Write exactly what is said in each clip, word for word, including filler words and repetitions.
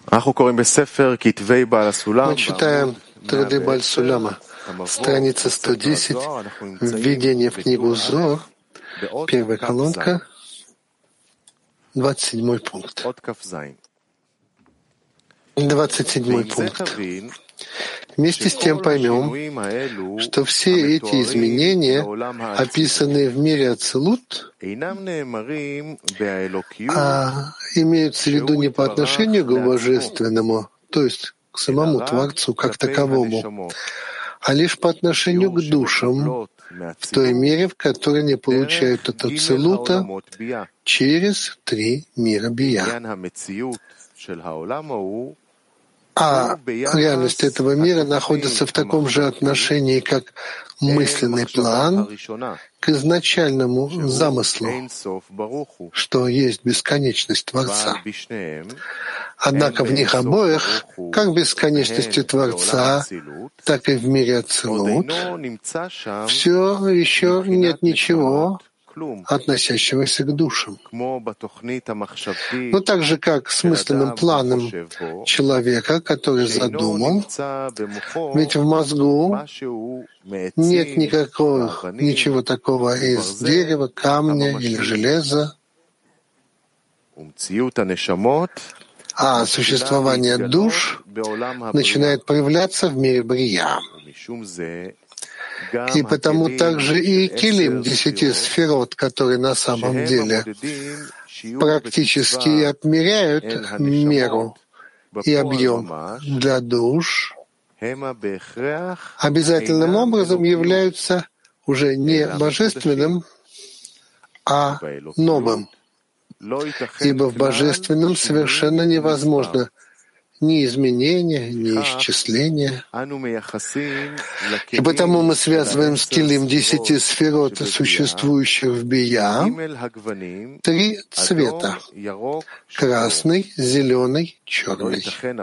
Мы читаем труды Бааль Суляма, страница сто десять, введение в книгу Зоар, первая колонка, двадцать седьмой пункт. двадцать седьмой пункт. Вместе с тем поймем, что все эти изменения, описанные в мире Ацилут, а имеются в виду не по отношению к Божественному, то есть к самому Творцу как таковому, а лишь по отношению к душам, в той мере, в которой они получают от Ацилута через три мира Бия. А реальность этого мира находится в таком же отношении, как мысленный план к изначальному замыслу, что есть бесконечность Творца. Однако в них обоих, как в бесконечности Творца, так и в мире Ацилут, все еще нет ничего, относящегося к душам. Но так же, как с мысленным планом человека, который задумал, ведь в мозгу нет никакого, ничего такого из дерева, камня или железа, а существование душ начинает проявляться в мире Брия. И потому также и килим десяти сферот, которые на самом деле практически отмеряют меру и объем для душ, обязательным образом являются уже не божественным, а новым. Ибо в божественном совершенно невозможно ни изменения, ни исчисления. И потому мы связываем с килим десяти сферот, существующих в Бия, три цвета — красный, зеленый, черный.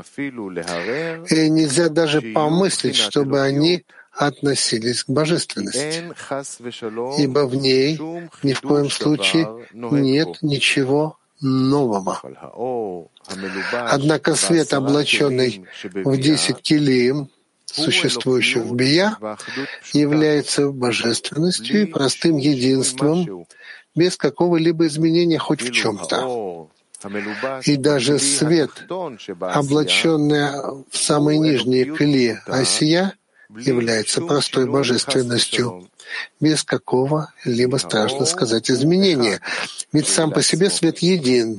И нельзя даже помыслить, чтобы они относились к божественности, ибо в ней ни в коем случае нет ничего нового. Однако свет, облаченный в десять килим, существующих в Бия, является божественностью и простым единством, без какого-либо изменения хоть в чем-то. И даже свет, облаченный в самые нижние кли Асия, является простой божественностью, без какого-либо, страшно сказать, изменения. Ведь сам по себе свет един.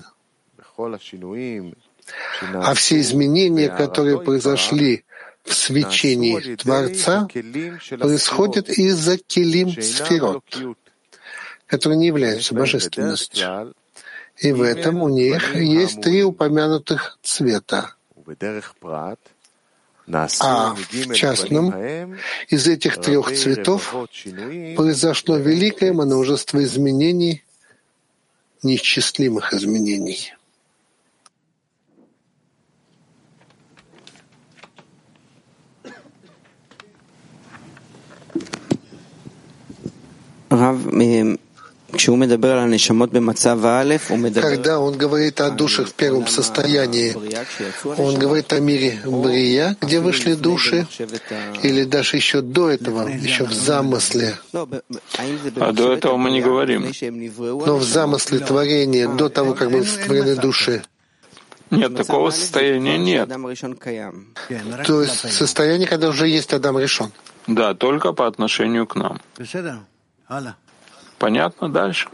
А все изменения, которые произошли в свечении Творца, происходят из-за килим сферот, которые не являются божественностью. И в этом у них есть три упомянутых цвета. А в частном, из этих трех цветов произошло великое множество изменений, неисчислимых изменений. Когда он говорит о душах в первом состоянии, он говорит о мире Брия, где вышли души, или даже еще до этого, еще в замысле. А до этого мы не говорим. Но в замысле творения, до того, как были сотворены души. Нет, такого состояния нет. То есть состояние, когда уже есть Адам Ришон. Да, только по отношению к нам. Понятно? Дальше.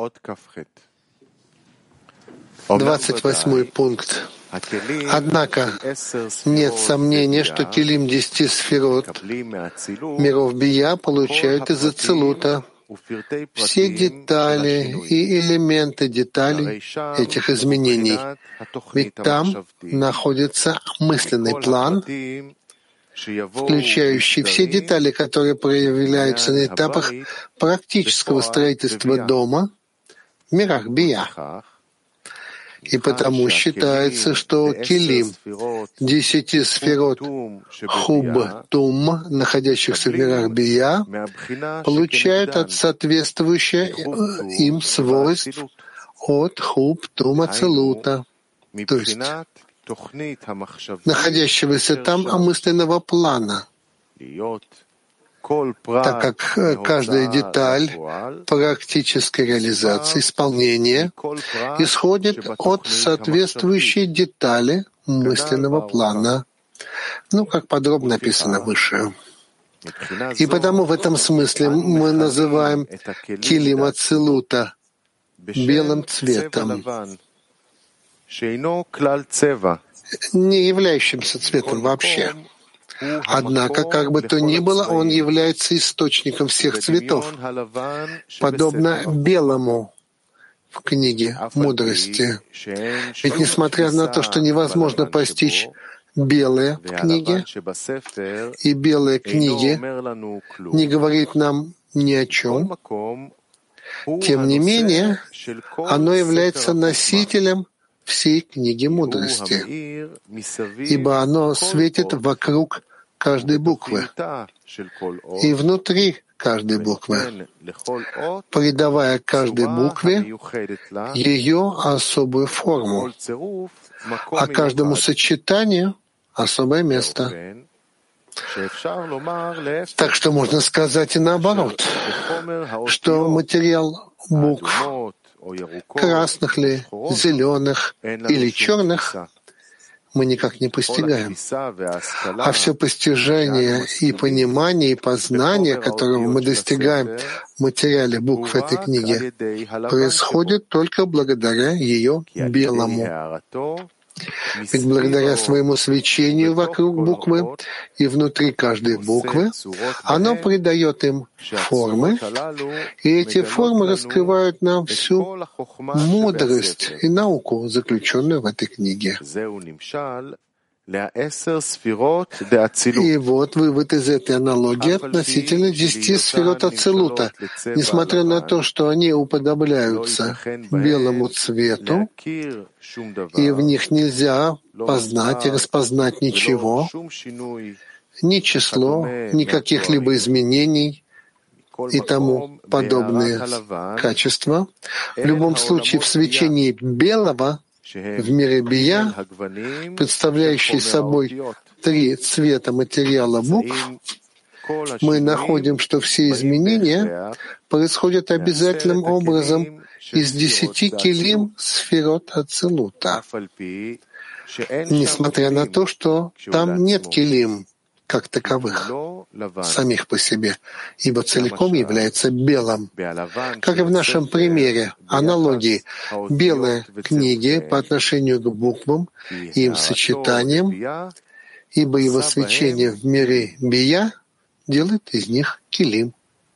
двадцать восьмой пункт. Однако нет сомнения, что килим десяти сферот миров Бия получают из Ацилута все детали и элементы деталей этих изменений. Ведь там находится мысленный план, включающий все детали, которые проявляются на этапах практического строительства дома в мирах Бия. И потому считается, что килим десяти сферот хуб-тум, находящихся в мирах Бия, получают от соответствующих им свойств от хуб-тум Ацилута. То есть находящегося там мысленного плана, так как каждая деталь практической реализации, исполнения исходит от соответствующей детали мысленного плана, ну, как подробно написано выше. И потому в этом смысле мы называем килим ацилута белым цветом, не являющимся цветом вообще. Однако, как бы то ни было, он является источником всех цветов, подобно белому в книге мудрости. Ведь несмотря на то, что невозможно постичь белое в книге, и белые книги не говорит нам ни о чем, тем не менее, оно является носителем всей книги мудрости, ибо оно светит вокруг каждой буквы и внутри каждой буквы, придавая каждой букве ее особую форму, а каждому сочетанию особое место. Так что можно сказать и наоборот, что материал букв, красных ли, зеленых или черных, мы никак не постигаем. А все постижение и понимание, и познание, которого мы достигаем в материале букв этой книги, происходит только благодаря ее белому. Ведь благодаря своему свечению вокруг буквы и внутри каждой буквы оно придает им формы, и эти формы раскрывают нам всю мудрость и науку, заключенную в этой книге. И вот вывод из этой аналогии относительно десяти сферот ацилута. Несмотря на то, что они уподобляются белому цвету, и в них нельзя познать и распознать ничего, ни число, ни каких-либо изменений и тому подобные качества, в любом случае в свечении белого в мире бия, представляющий собой три цвета материала букв, мы находим, что все изменения происходят обязательным образом из десяти килим сферот ацилута, несмотря на то, что там нет килим как таковых, самих по себе, ибо целиком является белым. Как и в нашем примере, аналогии, белые книги по отношению к буквам и им сочетаниям, ибо его свечение в мире бия делает из них килим.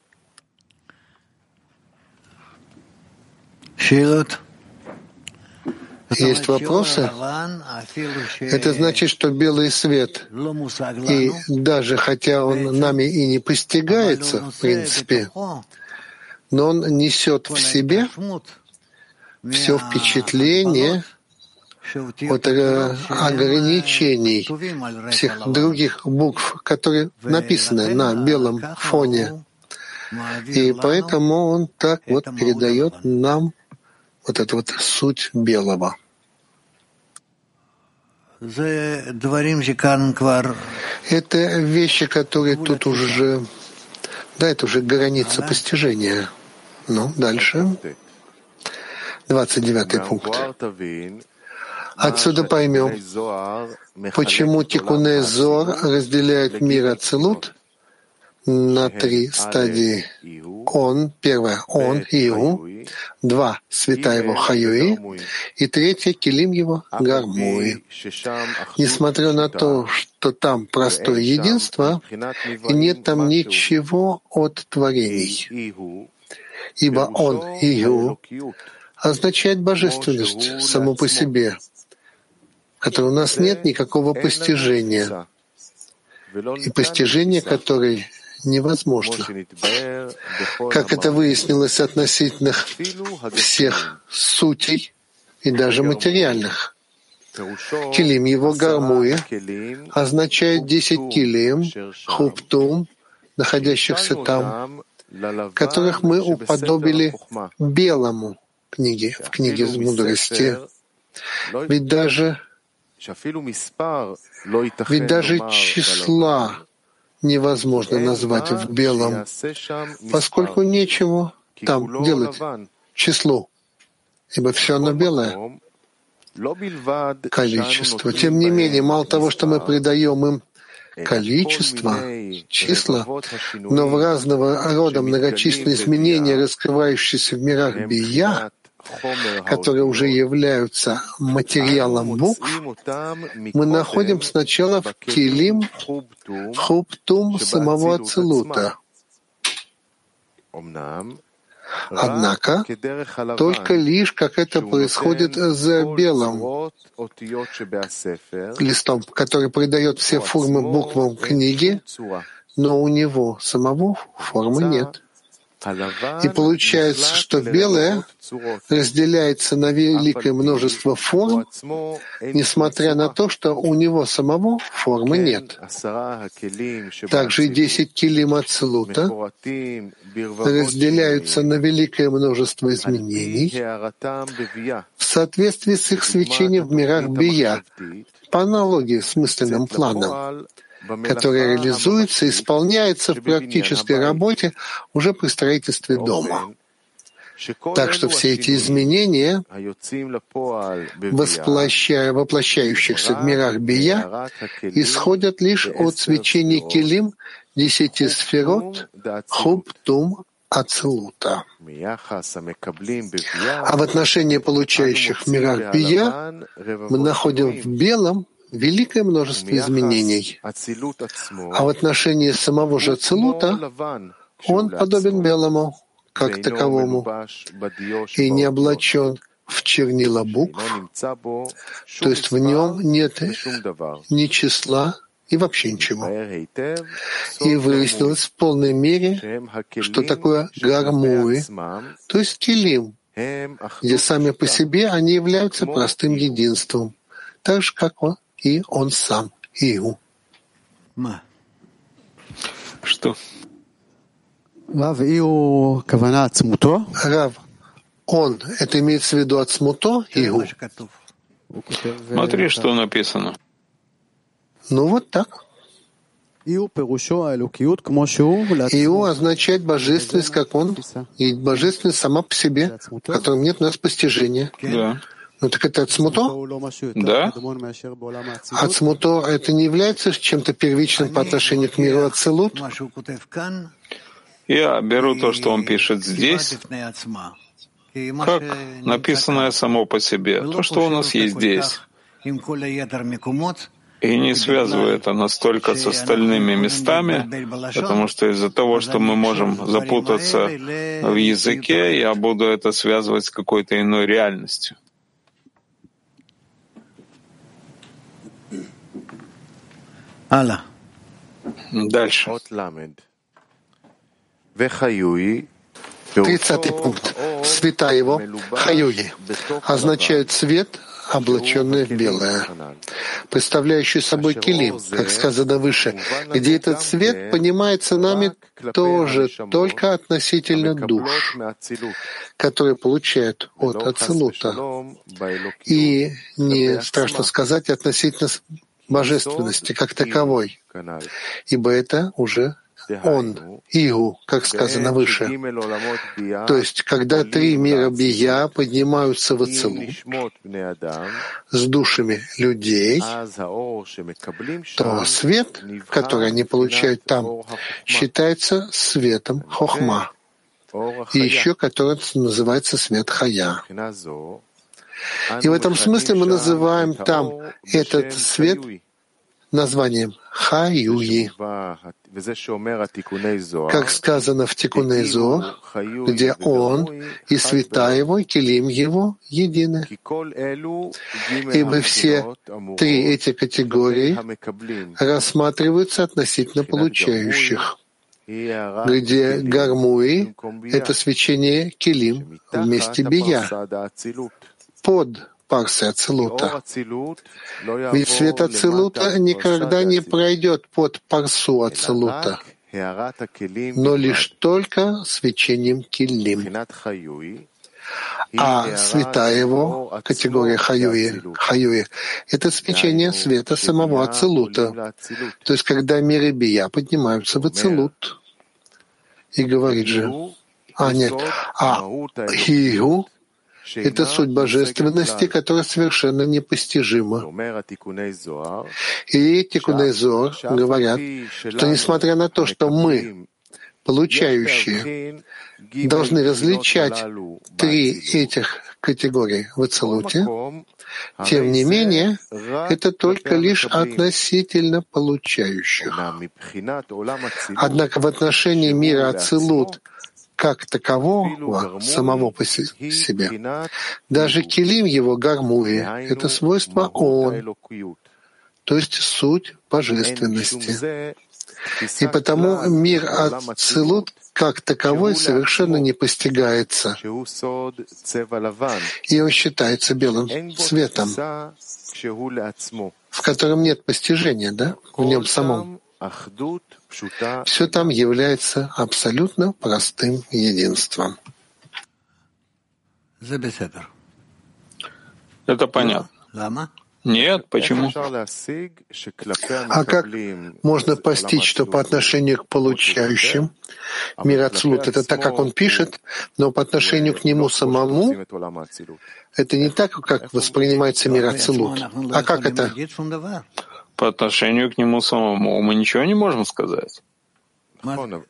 Есть вопросы? Это значит, что белый свет, и даже хотя он нами и не постигается, в принципе, но он несет в себе все впечатление от ограничений всех других букв, которые написаны на белом фоне. И поэтому он так вот передает нам вот эту вот суть белого. Это вещи, которые тут уже... Да, это уже граница постижения. Ну, дальше. двадцать девятый пункт. Отсюда поймем, почему Тикуней Зоар разделяет мир Ацилут на три стадии. Он, первое, он, Иу, два, света его Хаюи, и третье, килим его Гармуи. Несмотря на то, что там простое единство, и нет там ничего от творений, ибо он, Иу, означает божественность само по себе, в которой у нас нет никакого постижения, и постижение которой невозможно. Как это выяснилось относительно всех сутей и даже материальных. Килим его гармуи означает десять килим, хуптум, находящихся там, которых мы уподобили белому книге, в книге мудрости. Ведь даже Ведь даже числа невозможно назвать в белом, поскольку нечего там делать числу, ибо все оно белое. Количество. Тем не менее, мало того, что мы придаем им количество, числа, но в разного рода многочисленные изменения, раскрывающиеся в мирах бия, которые уже являются материалом букв, мы находим сначала в килим хубтум самого Ацилута. Однако, только лишь как это происходит за белым листом, который придает все формы буквам книги, но у него самого формы нет. И получается, что белое разделяется на великое множество форм, несмотря на то, что у него самого формы нет. Также и десять килим Ацилута разделяются на великое множество изменений в соответствии с их свечением в мирах бия, по аналогии с мысленным планом, который реализуется и исполняется в практической работе уже при строительстве дома. Так что все эти изменения, воплощающихся в мирах бия, исходят лишь от свечения килим десяти сферот хубтум Ацилута. А в отношении получающих в мирах бия мы находим в белом великое множество изменений. А в отношении самого же Ацилута он подобен белому, как таковому, и не облачен в чернила букв, то есть в нем нет ни числа и вообще ничего. И выяснилось в полной мере, что такое гармуи, то есть килим, где сами по себе они являются простым единством, так же, как он и он сам, Иу. Что? Рав, он, это имеется в виду ацмуто, Иу? Смотри, что написано. Ну вот так. Иу означает божественность, как он, и божественность сама по себе, в котором нет у нас постижения. Да. Ну так это ацмуто? Да. Ацмуто это не является чем-то первичным по отношению к миру Ацилут? Я беру то, что он пишет здесь, как написанное само по себе, то, что у нас есть здесь. И не связываю это настолько с остальными местами, потому что из-за того, что мы можем запутаться в языке, я буду это связывать с какой-то иной реальностью. Дальше. Тридцатый пункт. Света его, хаюи, означают цвет, облаченный в белое, представляющий собой килим, как сказано выше, где этот цвет понимается нами тоже только относительно душ, которые получают от Ацилута, и, не страшно сказать, относительно божественности как таковой, ибо это уже он, Игу, как сказано выше. То есть, когда три мира бия поднимаются в Ацилут с душами людей, то свет, который они получают там, считается светом хохма, и еще который называется свет хая. И в этом смысле мы называем там этот свет названием Хаюи, как сказано в Тикуней Зоар, где он и света его, и килим его едины. Ибо все три эти категории рассматриваются относительно получающих, где гармуи — это свечение килим вместе бия, под парсой Ацилута. Ведь свет Ацилута никогда не пройдет под парсу Ацилута, но лишь только свечением килим. а света его, категория хаюи, хаюи, это свечение света самого Ацилута. То есть, когда мир и бия поднимаются в Ацилут. И говорит же, а нет, а хию — это суть божественности, которая совершенно непостижима. И Тикуней Зоар говорят, что несмотря на то, что мы, получающие, должны различать три этих категории в Ацилуте, тем не менее, это только лишь относительно получающих. Однако в отношении мира Ацилут как такового, самого по себе, даже килим его гармуи — это свойство он, то есть суть божественности. И потому мир Ацилут как таковой совершенно не постигается, и он считается белым цветом, в котором нет постижения, да, в нем самом. Все там является абсолютно простым единством. Это понятно. Нет, почему? А как можно постичь, что по отношению к получающим мир Ацилут — это так, как он пишет, но по отношению к нему самому это не так, как воспринимается мир Ацилут. А как это? По отношению к нему самому мы ничего не можем сказать. Что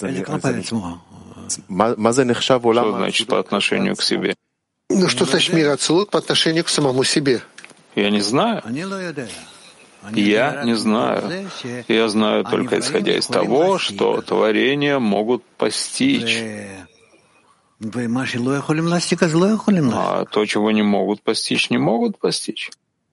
значит по отношению к себе? Ну что значит мир Ацилут по отношению к самому себе? Я не знаю. Я не знаю. Я знаю только исходя из того, что творения могут постичь. А то, чего не могут постичь, не могут постичь.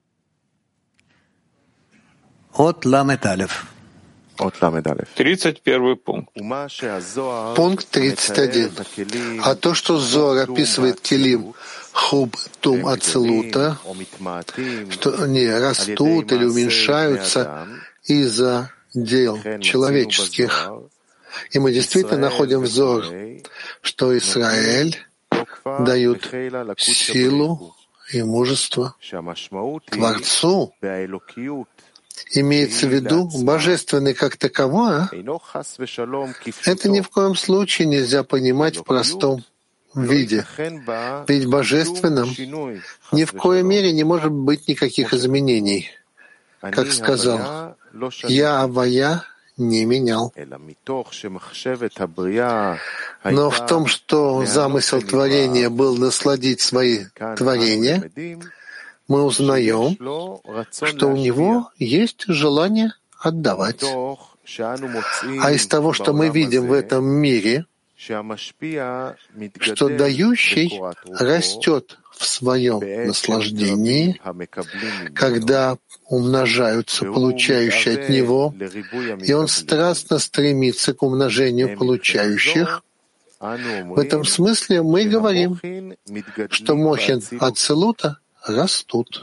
Тридцать первый пункт. Пункт тридцать один. А то, что Зоар описывает Келим Хуб Тум Ацилута, что они растут или уменьшаются из-за дел человеческих. И мы действительно находим взор, что Израиль дают силу и мужество Творцу. Имеется в виду божественный как таковое, это ни в коем случае нельзя понимать в простом виде. Ведь в божественном ни в коей мере не может быть никаких изменений. Как сказал, «Я Авая не менял». Но в том, что замысел творения был насладить свои творения, мы узнаем, что у него есть желание отдавать. А из того, что мы видим в этом мире, что дающий растет в своем наслаждении, когда умножаются получающие от него, и он страстно стремится к умножению получающих, в этом смысле мы говорим, что мохин Ацилута растут.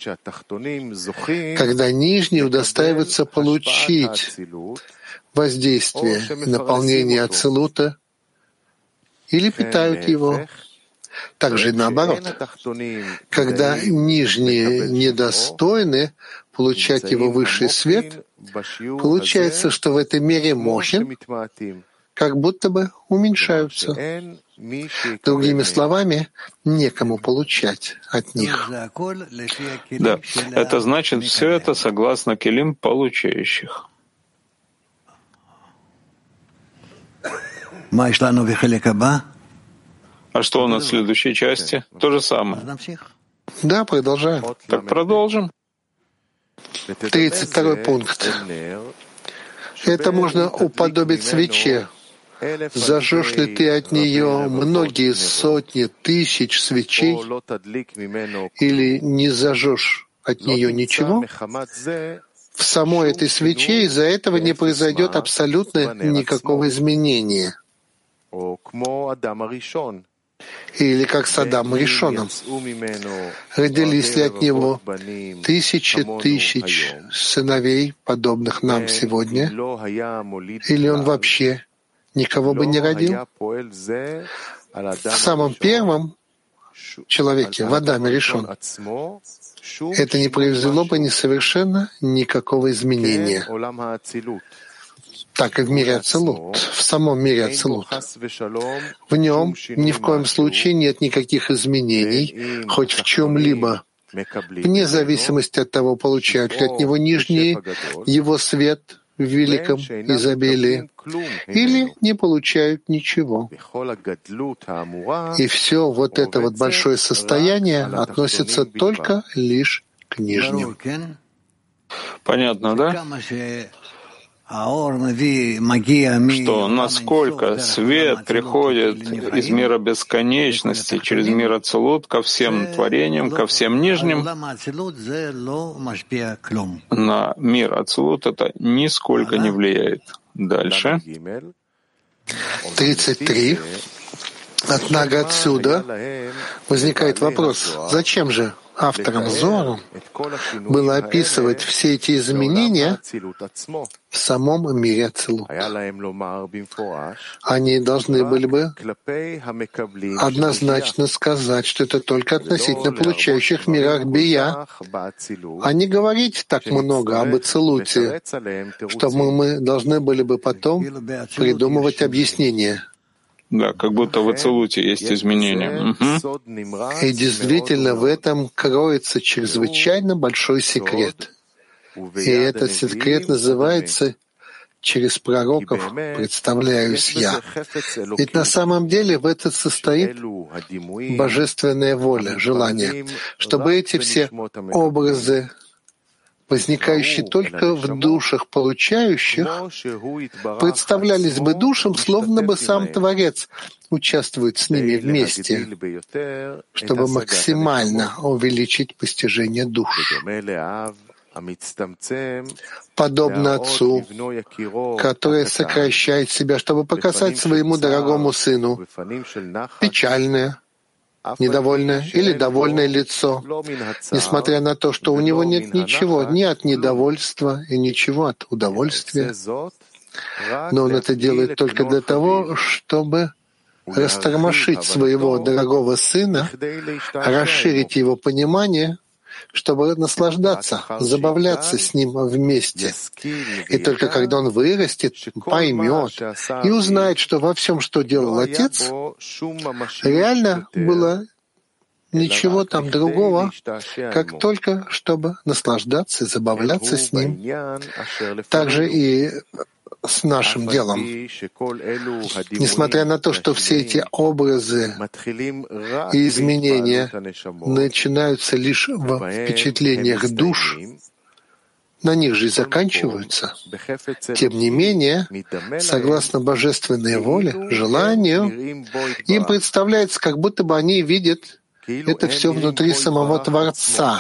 Когда нижние удостаиваются получить воздействие и наполнение Ацилута или питают его, также и наоборот. Когда нижние недостойны получать его высший свет, получается, что в этой мере мохин как будто бы уменьшаются. Другими словами, некому получать от них. Да, это значит, все это согласно келим получающих. А что у нас в следующей части? То же самое. Да, продолжаем. Так продолжим. тридцать второй пункт. Это можно уподобить свече. Зажжешь ли ты от нее многие сотни тысяч свечей или не зажжешь от нее ничего? В самой этой свече из-за этого не произойдет абсолютно никакого изменения. Или как с Адамом Ришоном. Родились ли от него тысячи тысяч сыновей, подобных нам сегодня, или он вообще никого бы не родил? В самом первом человеке, в Адаме решен, это не произвело бы ни совершенно никакого изменения. Так и в мире Ацилут, в самом мире Ацилут. В нем ни в коем случае нет никаких изменений, хоть в чем-либо, вне зависимости от того, получают ли от него нижние его свет в великом изобилии, или не получают ничего. И все вот это вот большое состояние относится только лишь к нижним. Понятно, да? Что насколько свет приходит из мира бесконечности через мир Ацилут ко всем творениям, ко всем нижним, на мир Ацилут это нисколько не влияет. Дальше. тридцать три. Однако отсюда возникает вопрос, зачем же авторам Зоара было описывать все эти изменения в самом мире Ацилут? Они должны были бы однозначно сказать, что это только относительно получающих в мирах Бия, а не говорить так много об Ацилуте, что мы, мы должны были бы потом придумывать объяснения. Да, как будто в Ацилуте есть изменения. Угу. И действительно в этом кроется чрезвычайно большой секрет. И этот секрет называется «Через пророков представляюсь я». Ведь на самом деле в этом состоит божественная воля, желание, чтобы эти все образы, возникающие только в душах получающих, представлялись бы душам, словно бы сам Творец участвует с ними вместе, чтобы максимально увеличить постижение душ. Подобно Отцу, который сокращает себя, чтобы показать своему дорогому сыну печальное, недовольное или довольное лицо, несмотря на то, что у него нет ничего ни от недовольства и ничего от удовольствия. Но он это делает только для того, чтобы растормошить своего дорогого сына, расширить его понимание, чтобы наслаждаться, забавляться с ним вместе. И только когда он вырастет, поймет и узнает, что во всем, что делал Отец, реально было ничего там другого, как только чтобы наслаждаться и забавляться с ним. Также и с нашим делом. Несмотря на то, что все эти образы и изменения начинаются лишь в впечатлениях душ, на них же и заканчиваются. Тем не менее, согласно божественной воле, желанию, им представляется, как будто бы они видят это все внутри самого Творца.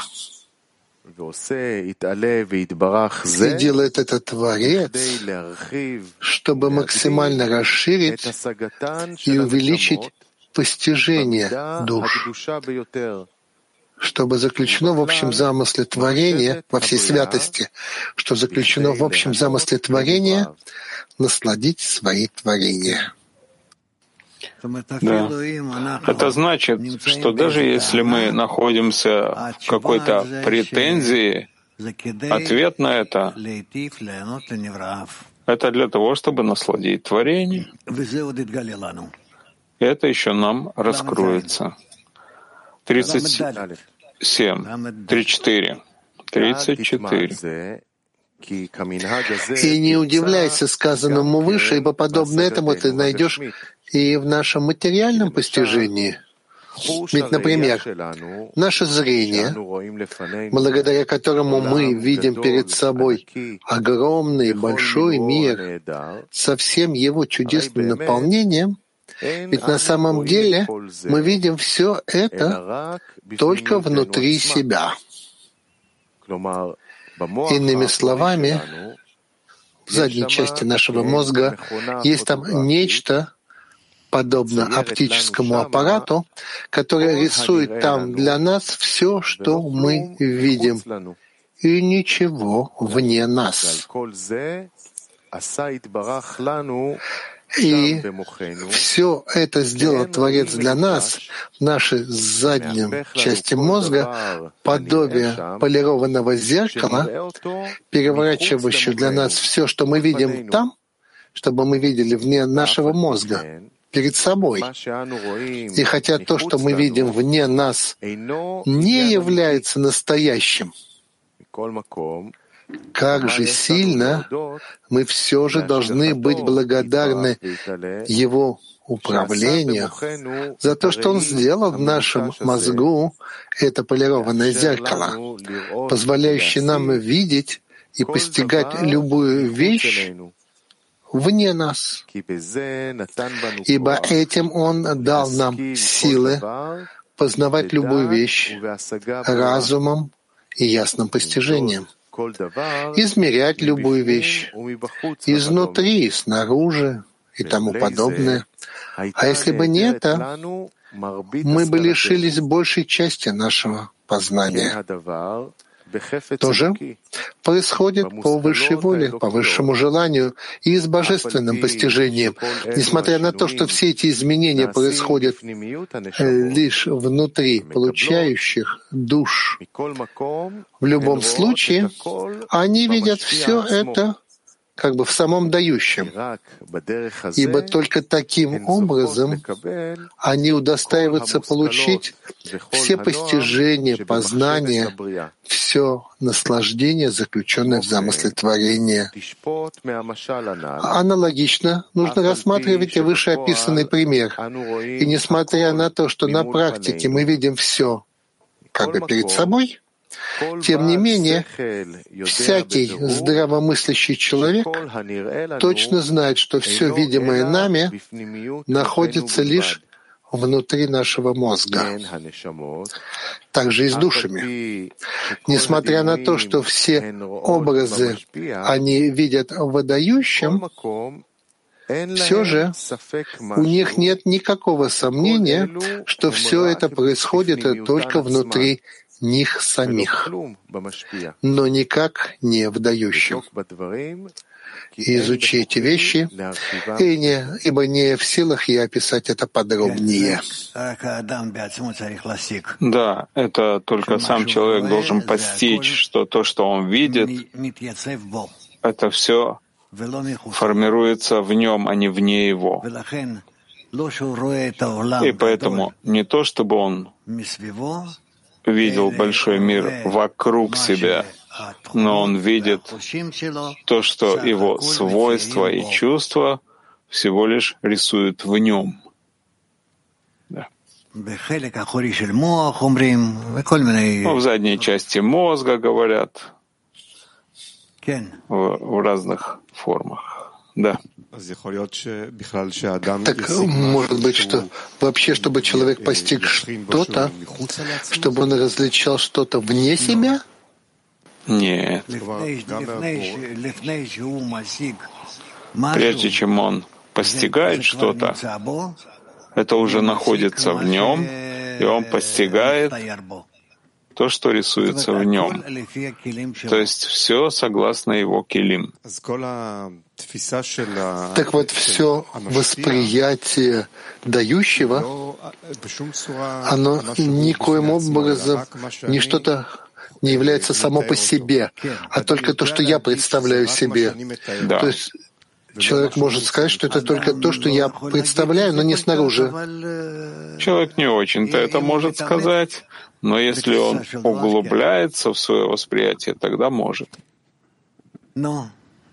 И делает это Творец, чтобы максимально расширить и увеличить постижение душ, чтобы заключено в общем замысле творения, во всей святости, что заключено в общем замысле творения, насладить свои творения. Да. Это значит, что даже если мы находимся в какой-то претензии, ответ на это — это для того, чтобы насладить творение. И это еще нам раскроется. тридцать семь, тридцать четыре, тридцать четыре. И не удивляйся сказанному выше, ибо подобно этому ты найдешь и в нашем материальном постижении. Ведь, например, наше зрение, благодаря которому мы видим перед собой огромный большой мир со всем его чудесным наполнением, ведь на самом деле мы видим все это только внутри себя. Иными словами, в задней части нашего мозга есть там нечто, подобно оптическому аппарату, который рисует там для нас все, что мы видим, и ничего вне нас. И все это сделал Творец для нас в нашей задней части мозга, подобие полированного зеркала, переворачивающего для нас все, что мы видим там, чтобы мы видели вне нашего мозга, перед собой. И хотя то, что мы видим вне нас, не является настоящим, как же сильно мы все же должны быть благодарны Его управлению за то, что Он сделал в нашем мозгу это полированное зеркало, позволяющее нам видеть и постигать любую вещь вне нас. Ибо этим Он дал нам силы познавать любую вещь разумом и ясным постижением, измерять любую вещь изнутри, снаружи и тому подобное. А если бы не это, мы бы лишились большей части нашего познания. Тоже происходит по высшей воле, по высшему желанию и с божественным постижением. Несмотря на то, что все эти изменения происходят лишь внутри получающих душ, в любом случае они видят все это как бы в самом дающем, ибо только таким образом они удостаиваются получить все постижения, познания, все наслаждение, заключенное в замысле творения. Аналогично нужно рассматривать и вышеописанный пример. И несмотря на то, что на практике мы видим все как бы перед собой, тем не менее, всякий здравомыслящий человек точно знает, что все видимое нами находится лишь внутри нашего мозга. Также и с душами. Несмотря на то, что все образы они видят в выдающем, все же у них нет никакого сомнения, что все это происходит только внутри них самих, но никак не в дающем. Изучи эти вещи, и не, ибо не в силах я описать это подробнее. Да, это только сам человек должен постичь, что то, что он видит, это все формируется в нем, а не вне его. И поэтому не то, чтобы он видел большой мир вокруг себя, но он видит то, что его свойства и чувства всего лишь рисуют в нем. Да. Ну, в задней части мозга говорят, в, в разных формах. Да. Так может быть, что вообще, чтобы человек постиг что-то, чтобы он различал что-то вне себя? Нет. Прежде чем он постигает что-то, это уже находится в нем, и он постигает то, что рисуется в нем. То есть все согласно его килим. Так вот, все восприятие дающего, оно никоим образом не что-то не является само по себе, а только то, что я представляю себе. Да. То есть человек может сказать, что это только то, что я представляю, но не снаружи. Человек не очень-то это может сказать, но если он углубляется в свое восприятие, тогда может. Но.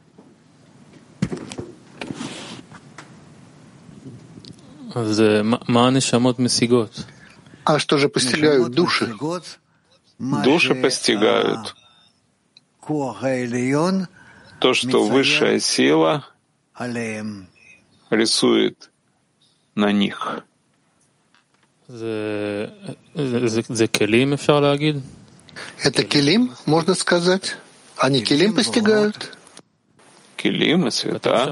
А что же постигают души? Души постигают то, что высшая сила рисует на них. Это келим, можно сказать? Они келим постигают? Келим и света.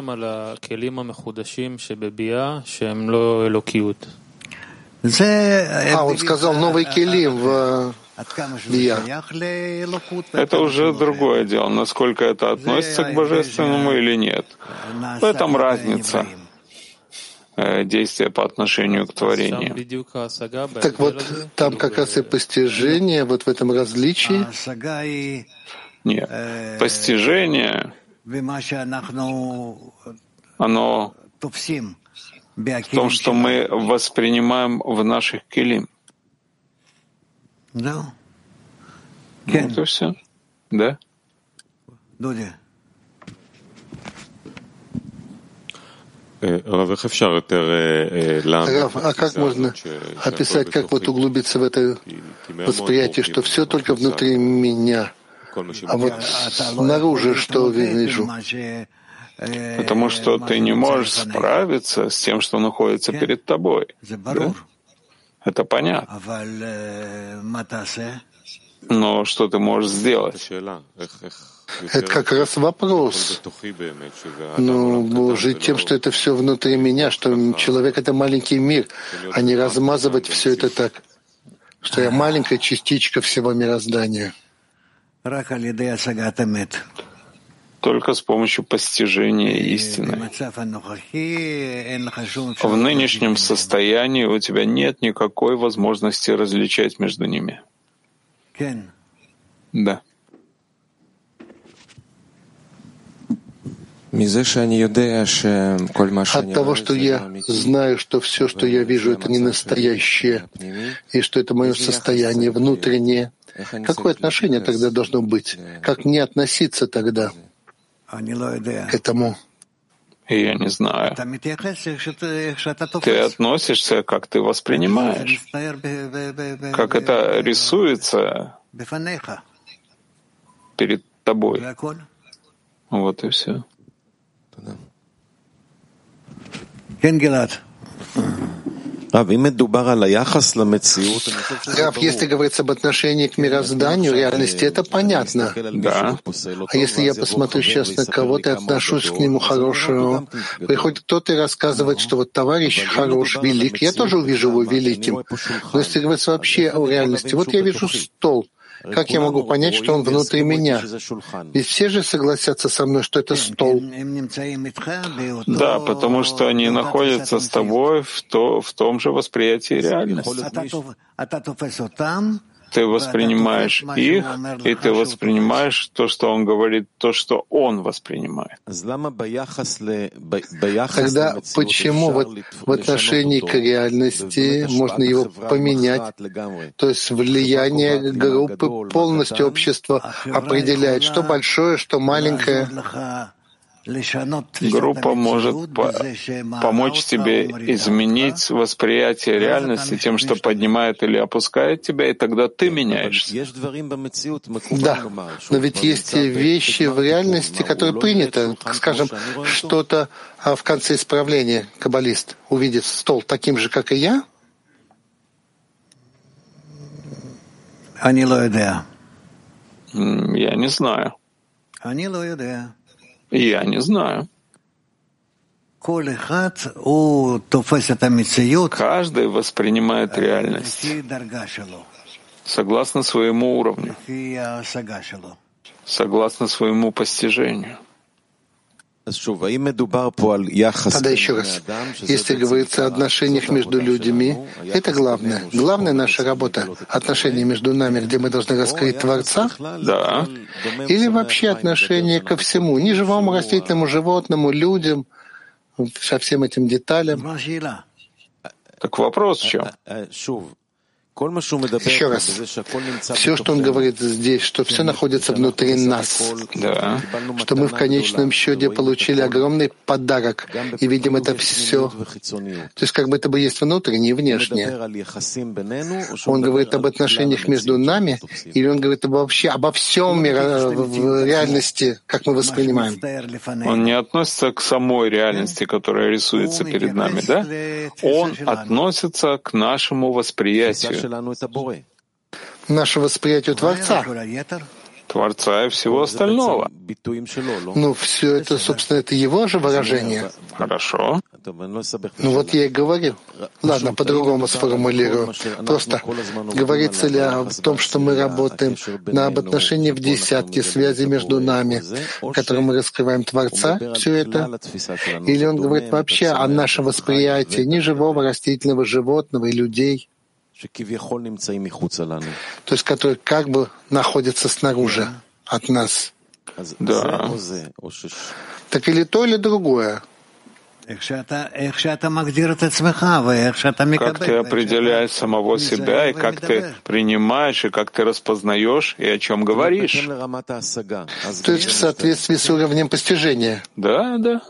А, он сказал новый келим в Бия. Это уже другое дело, насколько это относится к божественному или нет. В этом разница. действия по отношению к творению. Так вот, там как раз и постижение вот в этом различии. Нет, постижение, оно в том, что мы воспринимаем в наших келим. Да. Вот и все. Да? Рав, а как можно описать, как вот углубиться в это восприятие, что все только внутри меня, а вот снаружи что вижу? Потому что ты не можешь справиться с тем, что находится перед тобой. Да? Это понятно. Но что ты можешь сделать? Это как раз вопрос. Ну, жить тем, что это все внутри меня, что человек — это маленький мир, а не размазывать все это так, что я маленькая частичка всего мироздания. Только с помощью постижения истины. В нынешнем состоянии у тебя нет никакой возможности различать между ними. Да. От того, что я знаю, что все, что я вижу, это не настоящее, и что это мое состояние внутреннее, какое отношение тогда должно быть? Как мне относиться тогда к этому? Я не знаю. Ты относишься, как ты воспринимаешь, как это рисуется перед тобой. Вот и все. Рав, если говорится об отношении к мирозданию, реальности, это понятно. Да. А если я посмотрю сейчас на кого-то и отношусь к нему хорошего, приходит кто-то и рассказывает, что вот товарищ хорош, велик, я тоже увижу его великим. Но если говорится вообще о реальности, вот я вижу стол. Как я могу понять, что он внутри меня? Ведь все же согласятся со мной, что это стол. Да, потому что они находятся с тобой в, то, в том же восприятии реальности. Ты воспринимаешь их, и ты воспринимаешь то, что он говорит, то, что он воспринимает. Тогда почему вот в отношении к реальности можно его поменять? То есть влияние группы полностью общества определяет, что большое, что маленькое. Группа может по- помочь тебе изменить восприятие реальности тем, что поднимает или опускает тебя, и тогда ты меняешься. Да, но ведь есть вещи в реальности, которые приняты. Скажем, что-то в конце исправления каббалист увидит стол таким же, как и я. Я не знаю. Я не знаю. Каждый воспринимает реальность согласно своему уровню, согласно своему постижению. Тогда еще раз, если говорится о отношениях между людьми, это главное. Главная наша работа — отношения между нами, где мы должны раскрыть Творца, Да. или вообще отношение ко всему, ни живому, растительному, животному, людям, со всем этим деталям. Так вопрос в чем? Еще раз, все, что он говорит здесь, что все находится внутри нас, Да. что мы в конечном счете получили огромный подарок и видим это все. То есть как бы это бы есть внутреннее и внешнее. Он говорит об отношениях между нами, или он говорит вообще обо всем мире, в реальности, как мы воспринимаем? Он не относится к самой реальности, которая рисуется перед нами, да? Он относится к нашему восприятию. Наше восприятие Творца. Творца и всего остального. Ну, все это, собственно, это его же выражение. Хорошо. Ну вот я и говорю. Ладно, по-другому сформулирую. Просто говорится ли о том, что мы работаем на об отношении в десятке связи между нами, в котором мы раскрываем Творца, все это? Или он говорит вообще о нашем восприятии неживого, растительного, животного и людей, то есть которые как бы находятся снаружи от нас? Да. Так или то, или другое. Как ты определяешь самого себя, и как ты принимаешь, и как ты распознаешь, и о чем говоришь. То есть в соответствии с уровнем постижения. Да, да.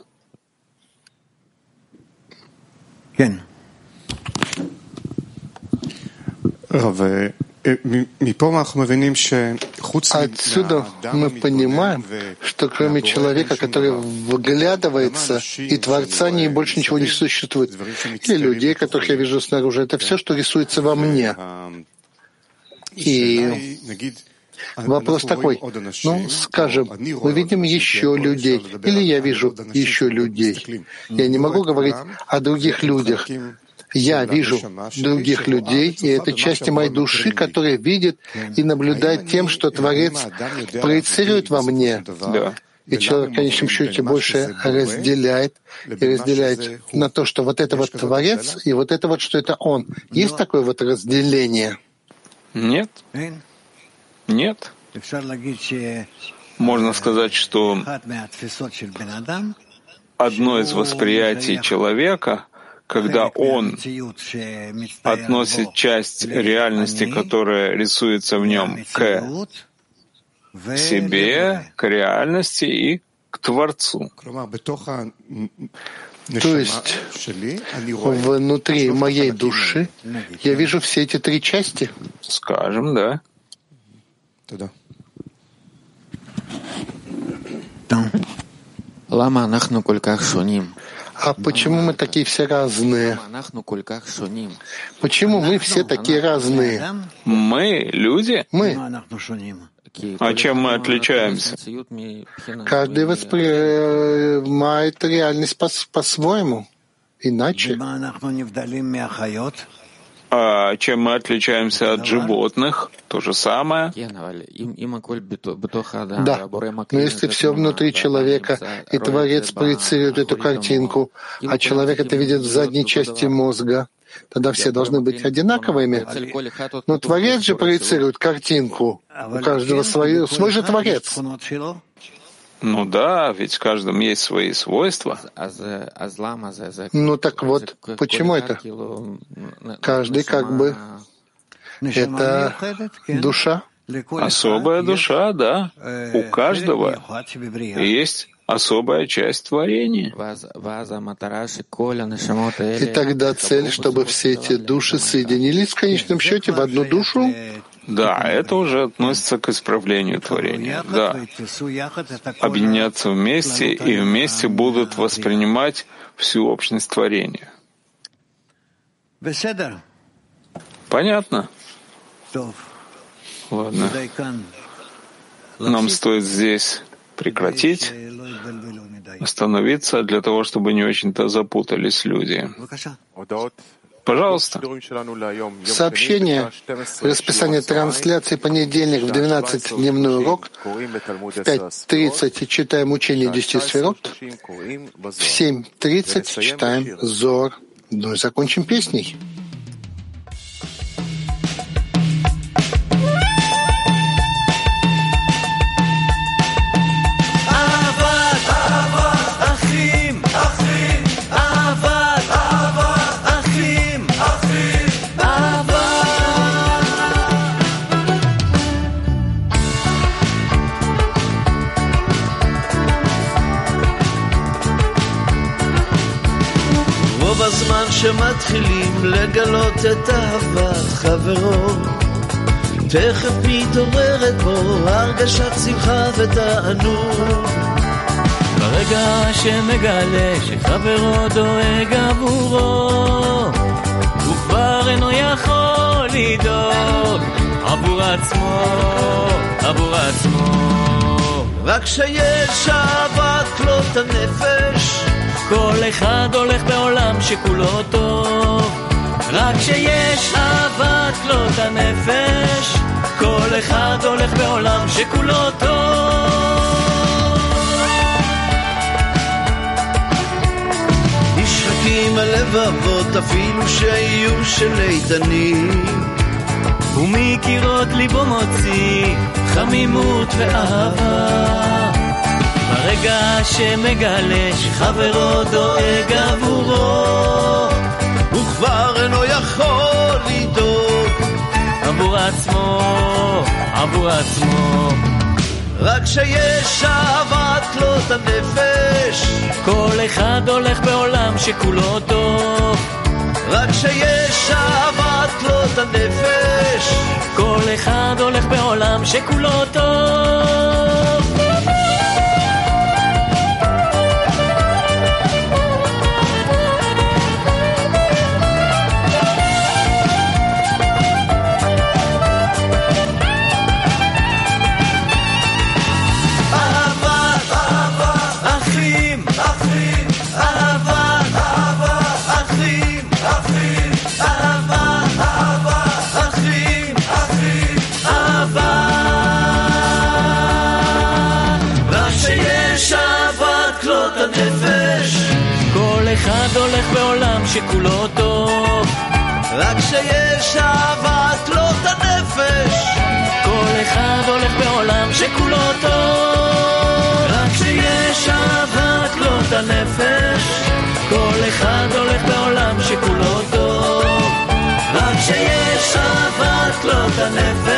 Отсюда мы понимаем, что кроме человека, который вглядывается, и Творца, не больше ничего не существует. И людей, которых я вижу снаружи, это все, что рисуется во мне. И вопрос такой, ну, скажем, мы видим еще людей, или я вижу еще людей. Я не могу говорить о других людях. Я вижу других людей, и это части моей души, которая видит и наблюдает тем, что Творец проецирует во мне. Да. И человек в конечном счете больше разделяет и разделяет на то, что вот это вот Творец, и вот это вот, что это Он. Есть такое вот разделение? Нет. Нет. Можно сказать, что одно из восприятий человека, когда он относит часть реальности, которая рисуется в нем, к себе, к реальности и к Творцу. То есть внутри моей души я вижу все эти три части? Скажем, да. А почему мы такие все разные? Почему мы все такие разные? Мы люди? Мы. А чем мы отличаемся? Каждый воспринимает реальность по-своему, иначе. А чем мы отличаемся от животных? То же самое. Да, но если все внутри человека, и Творец проецирует эту картинку, а человек это видит в задней части мозга, тогда все должны быть одинаковыми. Но Творец же проецирует картинку. У каждого свой, свой же Творец. Ну да, ведь в каждом есть свои свойства. Ну так вот, почему это? Каждый как бы это душа. Особая душа, да. У каждого есть особая часть творения. И тогда цель, чтобы все эти души соединились в конечном счете в одну душу. Да, это уже относится к исправлению творения. Да. Объединяться вместе и вместе будут воспринимать всю общность творения. Понятно? Ладно. Нам стоит здесь прекратить, остановиться для того, чтобы не очень-то запутались люди. Пожалуйста. Сообщение. Расписание трансляции понедельник в двенадцать дневной урок. В пять тридцать читаем учение десяти сферот. В семь тридцать читаем Зоар. Ну и закончим песней. בזמן שמתחילים לגלות את אהבת חברו תכף מתעוררת בו הרגשת שמחה ותענוג ברגע שמגלה שחברו דואג עבורו הוא כבר אינו יכול לדאוג עבור עצמו, עבור עצמו רק שיש אהבת כלות הנפש כל אחד הולך בעולם שכולו טוב, רק כשיש אהבת כלות הנפש, כל אחד הולך בעולם שכולו טוב. נשחקים הלבבות אפילו שיהיו של איתנים, ומקירות ליבו מוציא חמימות ואהבה, ברגע שמגלה שחברו דואג עבורו, הוא כבר אינו יכול לדאוג עבור עצמו, עבור עצמו. רק שיש אהבת כלות הנפש, כל אחד הולך בעולם שכולו טוב, רק שיש אהבת כלות הנפש, כל אחד הולך בעולם שכולו טוב. אחד הולך בעולם שכולו טוב, רק שיש אהבת כלות הנפש, כל אחד הולך בעולם שכולו טוב, רק שיש אהבת כלות הנפש, כל אחד הולך בעולם שכולו טוב, רק שיש אהבת כלות הנפש,